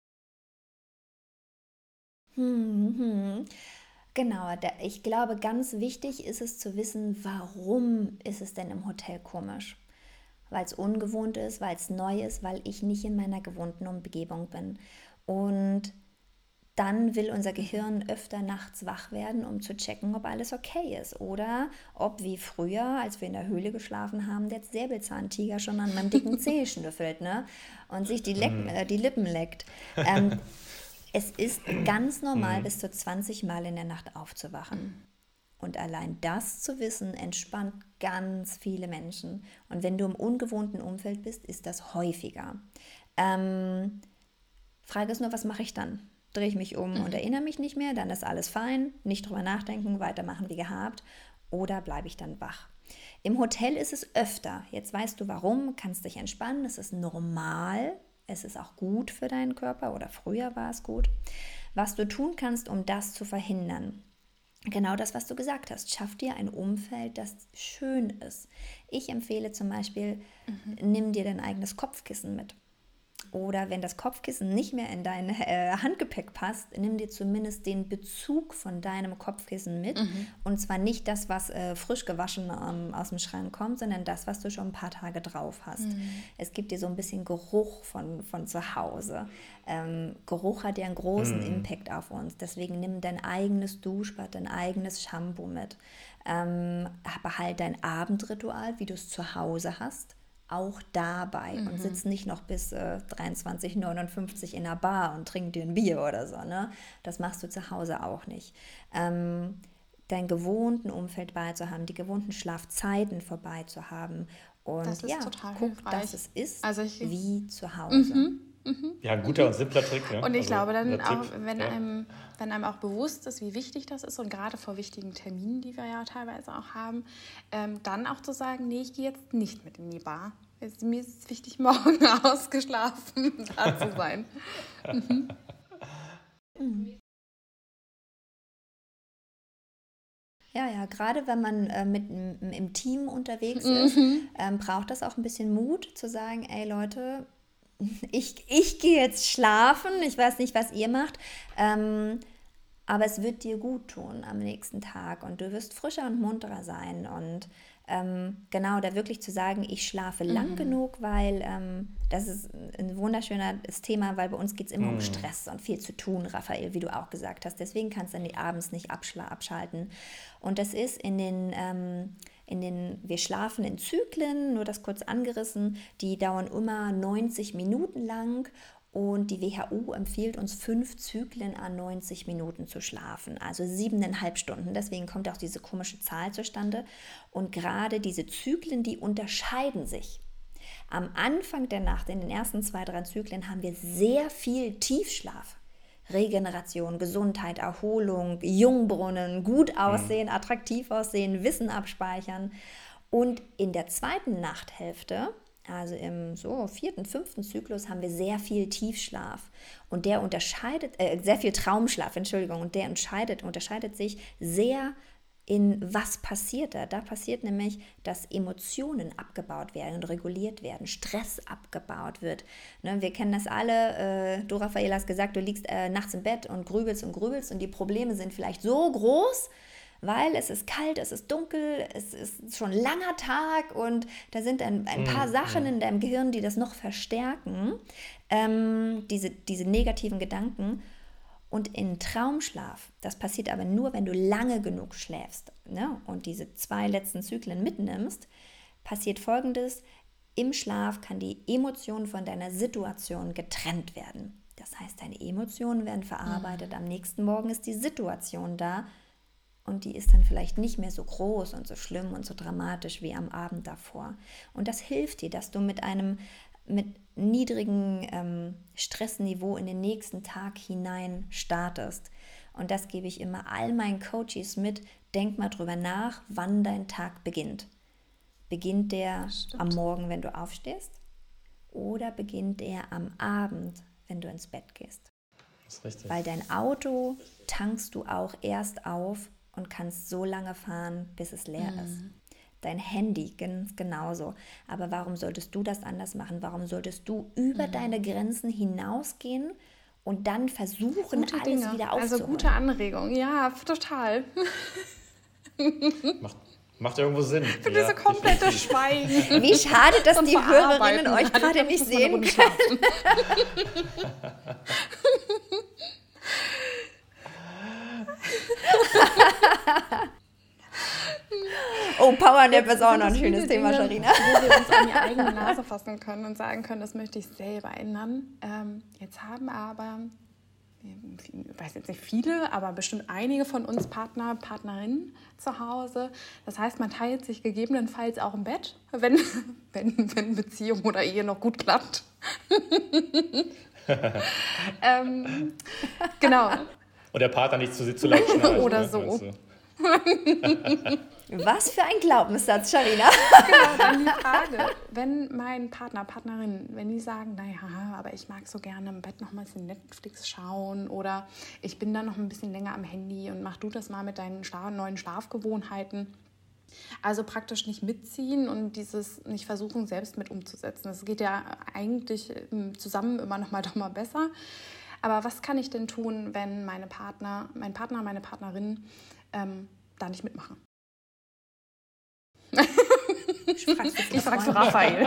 Hm, hm. Genau, da, ich glaube, ganz wichtig ist es zu wissen, warum ist es denn im Hotel komisch? Weil es ungewohnt ist, weil es neu ist, weil ich nicht in meiner gewohnten Umgebung bin. Und dann will unser Gehirn öfter nachts wach werden, um zu checken, ob alles okay ist. Oder ob wie früher, als wir in der Höhle geschlafen haben, der Säbelzahntiger schon an meinem dicken Zeh schnüffelt, ne? Und sich die, Leck, äh, die Lippen leckt. Ähm, es ist ganz normal, bis zu zwanzig Mal in der Nacht aufzuwachen. Und allein das zu wissen, entspannt ganz viele Menschen. Und wenn du im ungewohnten Umfeld bist, ist das häufiger. Ähm, Frage ist nur, was mache ich dann? Drehe ich mich um und erinnere mich nicht mehr, dann ist alles fein, nicht drüber nachdenken, weitermachen wie gehabt, oder bleibe ich dann wach? Im Hotel ist es öfter. Jetzt weißt du warum, kannst dich entspannen, es ist normal, es ist auch gut für deinen Körper oder früher war es gut. Was du tun kannst, um das zu verhindern, genau das, was du gesagt hast, schaff dir ein Umfeld, das schön ist. Ich empfehle zum Beispiel, mhm. nimm dir dein eigenes Kopfkissen mit. Oder wenn das Kopfkissen nicht mehr in dein äh, Handgepäck passt, nimm dir zumindest den Bezug von deinem Kopfkissen mit. Mhm. Und zwar nicht das, was äh, frisch gewaschen ähm, aus dem Schrank kommt, sondern das, was du schon ein paar Tage drauf hast. Mhm. Es gibt dir so ein bisschen Geruch von, von zu Hause. Ähm, Geruch hat ja einen großen mhm. Impact auf uns. Deswegen nimm dein eigenes Duschbad, dein eigenes Shampoo mit. Ähm, behalt dein Abendritual, wie du es zu Hause hast, auch dabei, mhm. und sitzt nicht noch bis äh, dreiundzwanzig Uhr neunundfünfzig in einer Bar und trinkt dir ein Bier oder so, ne? Das machst du zu Hause auch nicht. Ähm, dein gewohnten Umfeld beizuhaben, die gewohnten Schlafzeiten vorbei zu haben und das ist ja, total guck, hilfreich. dass es ist also ich, wie zu Hause. Mhm. Mhm. Ja, ein guter und simpler Trick. Ja. Und ich also, glaube dann auch, Tipp, wenn, ja. einem, wenn einem auch bewusst ist, wie wichtig das ist und gerade vor wichtigen Terminen, die wir ja teilweise auch haben, ähm, dann auch zu sagen, nee, ich gehe jetzt nicht mit in die Bar. Jetzt, mir ist es wichtig, morgen ausgeschlafen da zu sein. Mhm. Mhm. Ja, ja, gerade wenn man äh, mit m, im Team unterwegs Mhm. ist, ähm, braucht das auch ein bisschen Mut zu sagen, ey Leute, ich, ich gehe jetzt schlafen, ich weiß nicht, was ihr macht, ähm, aber es wird dir gut tun am nächsten Tag und du wirst frischer und munterer sein und ähm, genau, da wirklich zu sagen, ich schlafe mhm. lang genug, weil ähm, das ist ein wunderschönes Thema, weil bei uns geht es immer mhm. um Stress und viel zu tun, Raphael, wie du auch gesagt hast. Deswegen kannst du dann die abends nicht abschla- abschalten. Und das ist in den, ähm, in den, wir schlafen in Zyklen, nur das kurz angerissen, die dauern immer neunzig Minuten lang. Und die W H O empfiehlt uns fünf Zyklen an neunzig Minuten zu schlafen, also siebeneinhalb Stunden. Deswegen kommt auch diese komische Zahl zustande. Und gerade diese Zyklen, die unterscheiden sich. Am Anfang der Nacht, in den ersten zwei, drei Zyklen, haben wir sehr viel Tiefschlaf. Regeneration, Gesundheit, Erholung, Jungbrunnen, gut aussehen, attraktiv aussehen, Wissen abspeichern. Und in der zweiten Nachthälfte, also im so vierten, fünften Zyklus, haben wir sehr viel Tiefschlaf und der unterscheidet, äh, sehr viel Traumschlaf, Entschuldigung, und der unterscheidet, unterscheidet sich sehr in was passiert da. Da passiert nämlich, dass Emotionen abgebaut werden und reguliert werden, Stress abgebaut wird. Ne, wir kennen das alle, äh, du Raphael hast gesagt, du liegst äh, nachts im Bett und grübelst und grübelst und die Probleme sind vielleicht so groß, weil es ist kalt, es ist dunkel, es ist schon ein langer Tag und da sind ein, ein paar mm, Sachen mm. in deinem Gehirn, die das noch verstärken, ähm, diese, diese negativen Gedanken. Und in Traumschlaf, das passiert aber nur, wenn du lange genug schläfst, ne, und diese zwei letzten Zyklen mitnimmst, passiert Folgendes: Im Schlaf kann die Emotion von deiner Situation getrennt werden. Das heißt, deine Emotionen werden verarbeitet, mm. am nächsten Morgen ist die Situation da, und die ist dann vielleicht nicht mehr so groß und so schlimm und so dramatisch wie am Abend davor. Und das hilft dir, dass du mit einem mit niedrigem ähm, Stressniveau in den nächsten Tag hinein startest. Und das gebe ich immer all meinen Coaches mit. Denk mal drüber nach, wann dein Tag beginnt. Beginnt der am Morgen, wenn du aufstehst? Oder beginnt er am Abend, wenn du ins Bett gehst? Das ist richtig. Weil dein Auto tankst du auch erst auf und kannst so lange fahren, bis es leer mhm. ist. Dein Handy ganz genauso. Aber warum solltest du das anders machen? Warum solltest du über mhm. deine Grenzen hinausgehen und dann versuchen, gute alles Dinge. wieder aufzuholen? Also gute Anregung, ja, total. Macht, macht irgendwo Sinn. Für ja, diese komplette Schweigen. Wie schade, dass die Hörerinnen euch gerade nicht sehen können. Oh, Powernap ist auch noch ein schönes Thema, Sharina. Wo wir uns an die eigene Nase fassen können und sagen können, das möchte ich selber ändern. Ähm, jetzt haben aber, ich weiß jetzt nicht viele, aber bestimmt einige von uns Partner, Partnerinnen zu Hause. Das heißt, man teilt sich gegebenenfalls auch im Bett, wenn, wenn, wenn Beziehung oder Ehe noch gut klappt. ähm, genau. Und der Partner nicht zu, zu laut schnarcht. Oder so. Was für ein Glaubenssatz, Sharina. Genau, dann die Frage, wenn mein Partner, Partnerin, wenn die sagen, naja, aber ich mag so gerne im Bett noch mal ein bisschen Netflix schauen oder ich bin dann noch ein bisschen länger am Handy und mach du das mal mit deinen Schla- neuen Schlafgewohnheiten. Also praktisch nicht mitziehen und dieses nicht versuchen, selbst mit umzusetzen. Das geht ja eigentlich zusammen immer noch mal doch mal besser. Aber was kann ich denn tun, wenn meine Partner, mein Partner, meine Partnerin ähm, da nicht mitmachen? Ich frage für Raphael.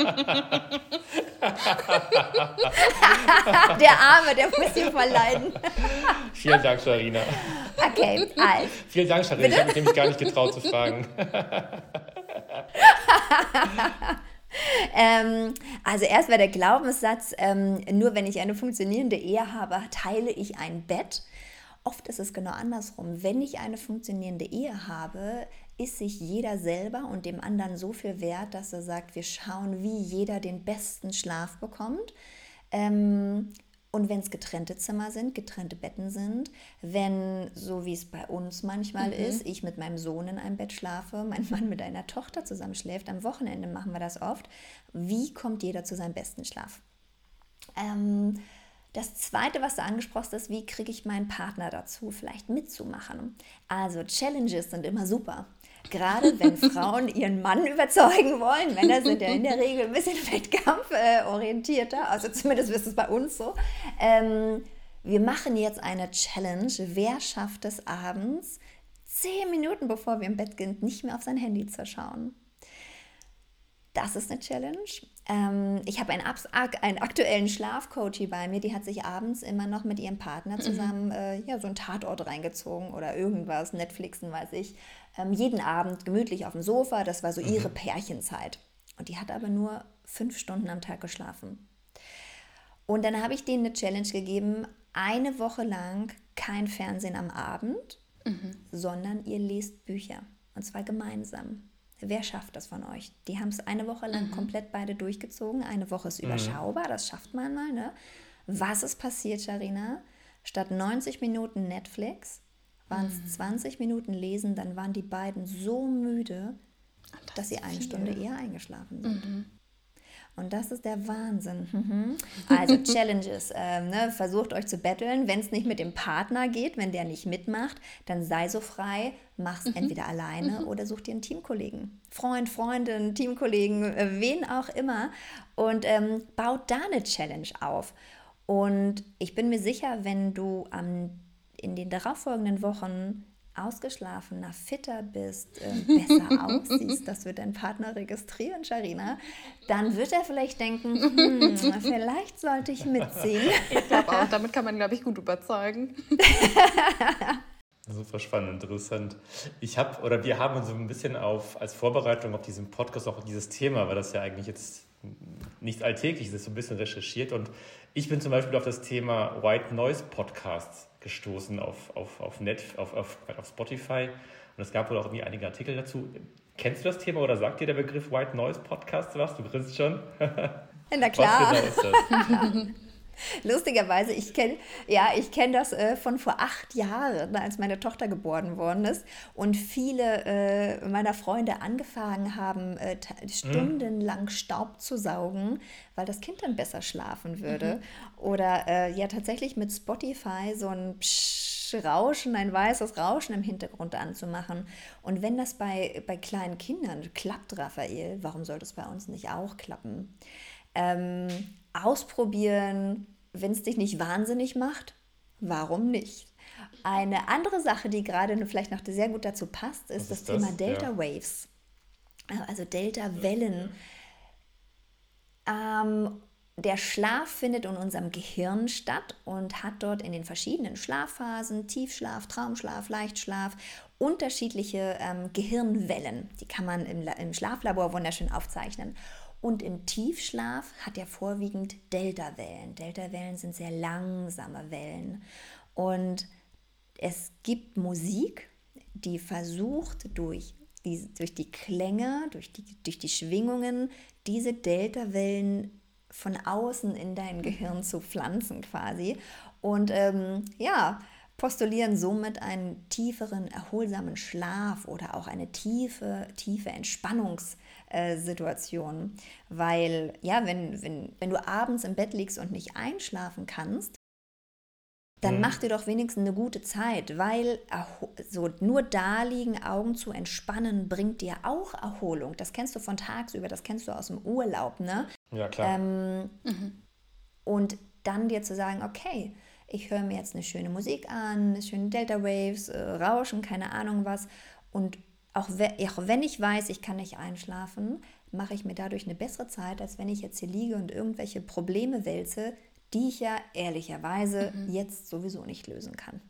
Der Arme, der muss hier verleiden. Vielen Dank, Sharina. Okay, also. Vielen Dank, Sharina. Bitte? Ich habe mich nämlich gar nicht getraut zu fragen. ähm, also erst war der Glaubenssatz, ähm, nur wenn ich eine funktionierende Ehe habe, teile ich ein Bett. Oft ist es genau andersrum. Wenn ich eine funktionierende Ehe habe, ist sich jeder selber und dem anderen so viel wert, dass er sagt, wir schauen, wie jeder den besten Schlaf bekommt. Ähm, und wenn es getrennte Zimmer sind, getrennte Betten sind, wenn, so wie es bei uns manchmal mhm. ist, ich mit meinem Sohn in einem Bett schlafe, mein Mann mit einer Tochter zusammen schläft, am Wochenende machen wir das oft, wie kommt jeder zu seinem besten Schlaf? Ähm, Das Zweite, was du angesprochen hast, ist, wie kriege ich meinen Partner dazu, vielleicht mitzumachen? Also Challenges sind immer super. Gerade wenn Frauen ihren Mann überzeugen wollen. Männer sind ja in der Regel ein bisschen wettkampforientierter, also zumindest ist es bei uns so. Ähm, wir machen jetzt eine Challenge. Wer schafft es abends, zehn Minuten bevor wir im Bett gehen, nicht mehr auf sein Handy zu schauen? Das ist eine Challenge. Ähm, ich habe einen, einen aktuellen Schlafcoach bei mir, die hat sich abends immer noch mit ihrem Partner zusammen mhm. äh, ja, so einen Tatort reingezogen oder irgendwas, Netflixen, weiß ich. Ähm, jeden Abend gemütlich auf dem Sofa, das war so ihre mhm. Pärchenzeit. Und die hat aber nur fünf Stunden am Tag geschlafen. Und dann habe ich denen eine Challenge gegeben, eine Woche lang kein Fernsehen am Abend, mhm. sondern ihr lest Bücher. Und zwar gemeinsam. Wer schafft das von euch? Die haben es eine Woche lang mhm. komplett beide durchgezogen. Eine Woche ist überschaubar, das schafft man mal. Ne? Was ist passiert, Sharina? Statt neunzig Minuten Netflix waren es mhm. zwanzig Minuten Lesen. Dann waren die beiden so müde, das dass sie eine viel. Stunde eher eingeschlafen sind. Mhm. Und das ist der Wahnsinn. Mhm. Also Challenges, ähm, ne? Versucht euch zu betteln. Wenn es nicht mit dem Partner geht, wenn der nicht mitmacht, dann sei so frei, mach es mhm. entweder alleine mhm. oder such dir einen Teamkollegen. Freund, Freundin, Teamkollegen, äh, wen auch immer. Und ähm, baut da eine Challenge auf. Und ich bin mir sicher, wenn du ähm, in den darauffolgenden Wochen ausgeschlafener, fitter bist, äh, besser aussiehst, das wird dein Partner registrieren, Sharina, dann wird er vielleicht denken, hm, vielleicht sollte ich mitziehen. Ich glaube auch, damit kann man, glaube ich, gut überzeugen. Super spannend, interessant. Ich habe, oder wir haben uns so ein bisschen auf, als Vorbereitung auf diesen Podcast, auch auf dieses Thema, weil das ja eigentlich jetzt nicht alltäglich ist, so ein bisschen recherchiert. Und ich bin zum Beispiel auf das Thema White Noise Podcasts gestoßen auf, auf, auf, Net, auf, auf, auf Spotify. Und es gab wohl auch irgendwie einige Artikel dazu. Kennst du das Thema oder sagt dir der Begriff White Noise Podcast was? Du grinst schon. Na klar. Was genau ist das? Lustigerweise, ich kenne ja, ich kenn das äh, von vor acht Jahren, als meine Tochter geboren worden ist und viele äh, meiner Freunde angefangen haben, äh, ta- stundenlang Staub zu saugen, weil das Kind dann besser schlafen würde. Oder äh, ja, tatsächlich mit Spotify so ein Psch Rauschen, ein weißes Rauschen im Hintergrund anzumachen. Und wenn das bei, bei kleinen Kindern klappt, Raphael, warum soll das bei uns nicht auch klappen? Ähm, ausprobieren, wenn es dich nicht wahnsinnig macht, warum nicht? Eine andere Sache, die gerade vielleicht noch sehr gut dazu passt, ist, Was das ist Thema das? Delta Ja. Waves, also Delta-Wellen. Ähm, der Schlaf findet in unserem Gehirn statt und hat dort in den verschiedenen Schlafphasen, Tiefschlaf, Traumschlaf, Leichtschlaf, unterschiedliche ähm, Gehirnwellen. Die kann man im, La- im Schlaflabor wunderschön aufzeichnen. Und im Tiefschlaf hat er vorwiegend Deltawellen. Deltawellen sind sehr langsame Wellen. Und es gibt Musik, die versucht durch die, durch die Klänge, durch die, durch die Schwingungen, diese Deltawellen von außen in dein Gehirn zu pflanzen quasi. Und ähm, ja, postulieren somit einen tieferen, erholsamen Schlaf oder auch eine tiefe, tiefe Entspannungssituation. Weil, ja, wenn, wenn, wenn du abends im Bett liegst und nicht einschlafen kannst, dann Mhm. mach dir doch wenigstens eine gute Zeit, weil erho- so nur da liegen, Augen zu entspannen, bringt dir auch Erholung. Das kennst du von tagsüber, das kennst du aus dem Urlaub, ne? Ja, klar. Ähm, Und dann dir zu sagen, okay, ich höre mir jetzt eine schöne Musik an, schöne Delta Waves, äh, Rauschen, keine Ahnung was. Und auch, we auch wenn ich weiß, ich kann nicht einschlafen, mache ich mir dadurch eine bessere Zeit, als wenn ich jetzt hier liege und irgendwelche Probleme wälze, die ich ja ehrlicherweise jetzt sowieso nicht lösen kann.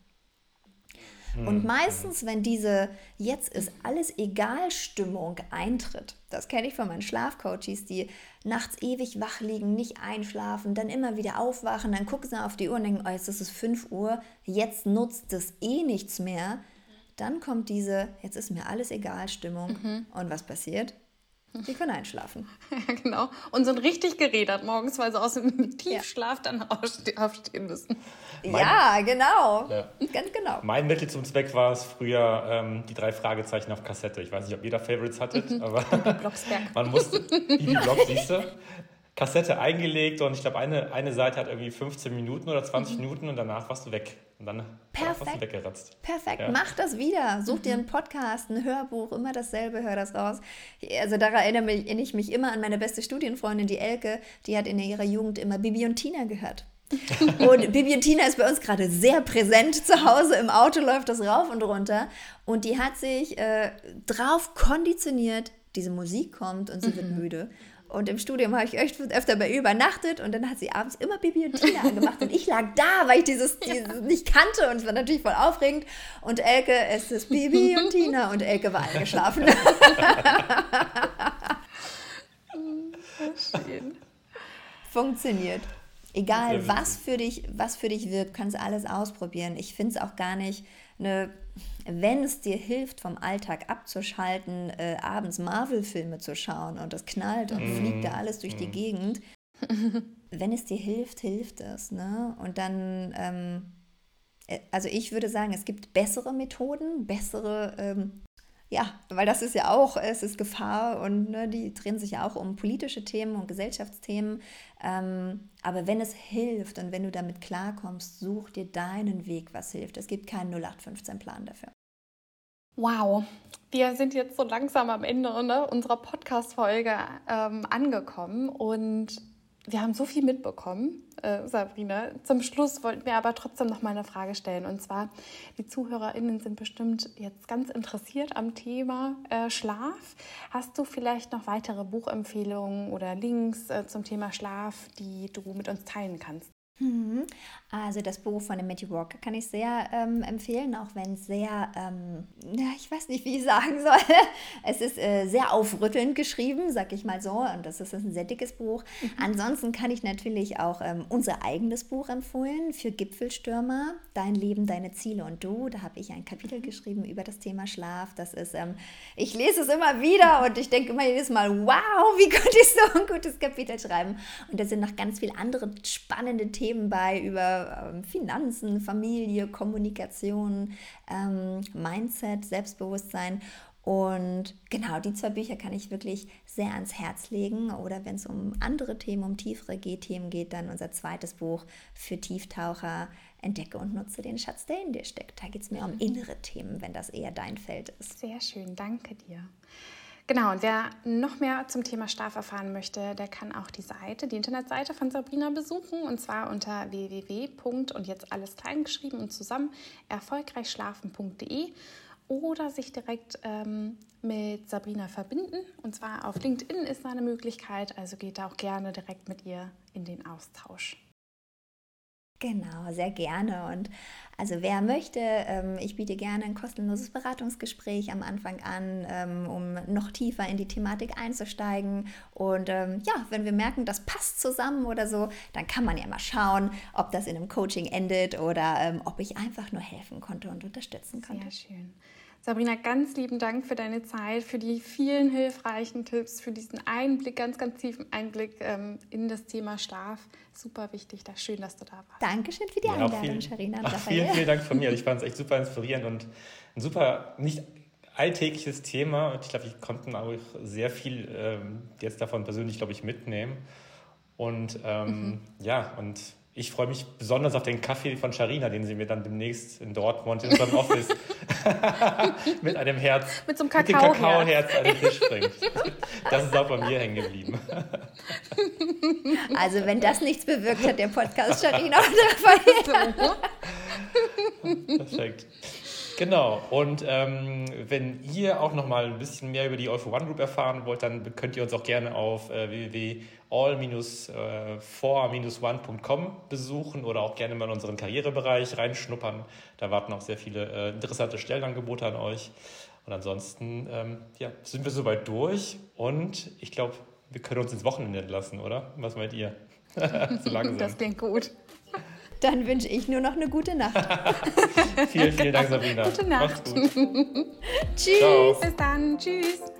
Und meistens, wenn diese jetzt ist alles egal Stimmung eintritt, das kenne ich von meinen Schlafcoaches, die nachts ewig wach liegen, nicht einschlafen, dann immer wieder aufwachen, dann gucken sie auf die Uhr und denken, oh, jetzt ist es fünf Uhr, jetzt nutzt es eh nichts mehr. Dann kommt diese, jetzt ist mir alles egal Stimmung. Und was passiert? Sie können einschlafen. Ja, genau. Und sind richtig gerädert morgens, weil sie aus dem Tiefschlaf dann aufste- aufstehen müssen. Mein- Ja, genau. Ja. Ganz genau. Mein Mittel zum Zweck war es früher ähm, die drei Fragezeichen auf Kassette. Ich weiß nicht, ob ihr da Favorites hattet, aber Blocksberg. man musste, Bibi Block, siehst du, Kassette eingelegt und ich glaube, eine, eine Seite hat irgendwie fünfzehn Minuten oder zwanzig Minuten und danach warst du weg. Und dann danach warst du weggeratzt. Perfekt, Ja. mach das wieder. Such dir einen Podcast, ein Hörbuch, immer dasselbe, hör das raus. Also daran erinnere mich, erinnere ich mich immer an meine beste Studienfreundin, die Elke, die hat in ihrer Jugend immer Bibi und Tina gehört. Und Bibi und Tina ist bei uns gerade sehr präsent zu Hause, im Auto läuft das rauf und runter und die hat sich äh, drauf konditioniert, diese Musik kommt und sie wird müde. Und im Studium habe ich echt öfter bei ihr übernachtet und dann hat sie abends immer Bibi und Tina angemacht und ich lag da, weil ich dieses, dieses nicht kannte und es war natürlich voll aufregend. Und Elke, es ist Bibi und Tina und Elke war eingeschlafen. Schön. Funktioniert. Egal, Sehr was für dich, was für dich wirkt, kannst alles ausprobieren. Ich finde es auch gar nicht, eine, wenn es dir hilft, vom Alltag abzuschalten, äh, abends Marvel-Filme zu schauen und es knallt und fliegt da alles durch die Gegend. Wenn es dir hilft, hilft es. Ne? Und dann, ähm, äh, also ich würde sagen, es gibt bessere Methoden, bessere, ähm, ja, weil das ist ja auch, es ist Gefahr und ne, die drehen sich ja auch um politische Themen und Gesellschaftsthemen. Ähm, aber wenn es hilft und wenn du damit klarkommst, such dir deinen Weg, was hilft. Es gibt keinen null acht fünfzehn Plan dafür. Wow, wir sind jetzt so langsam am Ende, ne, unserer Podcast-Folge ähm, angekommen und wir haben so viel mitbekommen, äh, Sabrina. Zum Schluss wollten wir aber trotzdem noch mal eine Frage stellen. Und zwar, die ZuhörerInnen sind bestimmt jetzt ganz interessiert am Thema äh, Schlaf. Hast du vielleicht noch weitere Buchempfehlungen oder Links äh, zum Thema Schlaf, die du mit uns teilen kannst? Also das Buch von dem Matthew Walker kann ich sehr ähm, empfehlen, auch wenn es sehr, ähm, ja, ich weiß nicht, wie ich sagen soll. Es ist äh, sehr aufrüttelnd geschrieben, sag ich mal so, und das ist ein sehr dickes Buch. Mhm. Ansonsten kann ich natürlich auch ähm, unser eigenes Buch empfehlen für Gipfelstürmer, Dein Leben, deine Ziele und du. Da habe ich ein Kapitel geschrieben über das Thema Schlaf. Das ist, ähm, ich lese es immer wieder und ich denke immer jedes Mal, wow, wie konnte ich so ein gutes Kapitel schreiben? Und da sind noch ganz viele andere spannende Themen bei über ähm, Finanzen, Familie, Kommunikation, ähm, Mindset, Selbstbewusstsein. Und genau, die zwei Bücher kann ich wirklich sehr ans Herz legen. Oder wenn es um andere Themen, um tiefere G-Themen geht, dann unser zweites Buch für Tieftaucher, Entdecke und nutze den Schatz, der in dir steckt. Da geht es mehr um innere Themen, wenn das eher dein Feld ist. Sehr schön, danke dir. Genau, und wer noch mehr zum Thema Schlaf erfahren möchte, der kann auch die Seite, die Internetseite von Sabrina besuchen, und zwar unter w w w. und jetzt alles klein geschrieben und zusammen erfolgreich schlafen punkt d e oder sich direkt ähm, mit Sabrina verbinden, und zwar auf LinkedIn ist da eine Möglichkeit, also geht da auch gerne direkt mit ihr in den Austausch. Genau, sehr gerne. Und also wer möchte, ähm, ich biete gerne ein kostenloses Beratungsgespräch am Anfang an, ähm, um noch tiefer in die Thematik einzusteigen. Und ähm, ja, wenn wir merken, das passt zusammen oder so, dann kann man ja mal schauen, ob das in einem Coaching endet oder ähm, ob ich einfach nur helfen konnte und unterstützen konnte. Sehr schön. Sabrina, ganz lieben Dank für deine Zeit, für die vielen hilfreichen Tipps, für diesen Einblick, ganz, ganz tiefen Einblick ähm, in das Thema Schlaf. Super wichtig, da schön, dass du da warst. Dankeschön für die ja, Einladung, vielen, Sharina. Ach, vielen, vielen Dank von mir. Ich fand es echt super inspirierend und ein super, nicht alltägliches Thema. Ich glaube, ich konnte auch sehr viel ähm, jetzt davon persönlich, glaube ich, mitnehmen. Und ähm, mhm. ja, und ich freue mich besonders auf den Kaffee von Sharina, den sie mir dann demnächst in Dortmund in unserem Office mit einem Herz, mit so einem Kakao mit dem Kakaoherz an den Tisch bringt. Das ist auch bei mir hängen geblieben. Also wenn das nichts bewirkt hat, der Podcast Sharina und Raphael. Perfekt. Genau, und ähm, wenn ihr auch noch mal ein bisschen mehr über die All for One Group erfahren wollt, dann könnt ihr uns auch gerne auf äh, w w w punkt all for one punkt com besuchen oder auch gerne mal in unseren Karrierebereich reinschnuppern. Da warten auch sehr viele äh, interessante Stellenangebote an euch. Und ansonsten ähm, ja, sind wir soweit durch und ich glaube, wir können uns ins Wochenende entlassen, oder? Was meint ihr? So langsam. Das klingt gut. Dann wünsche ich nur noch eine gute Nacht. vielen, vielen Dank, Sabrina. Gute Nacht. Macht's gut. Tschüss. Ciao. Bis dann. Tschüss.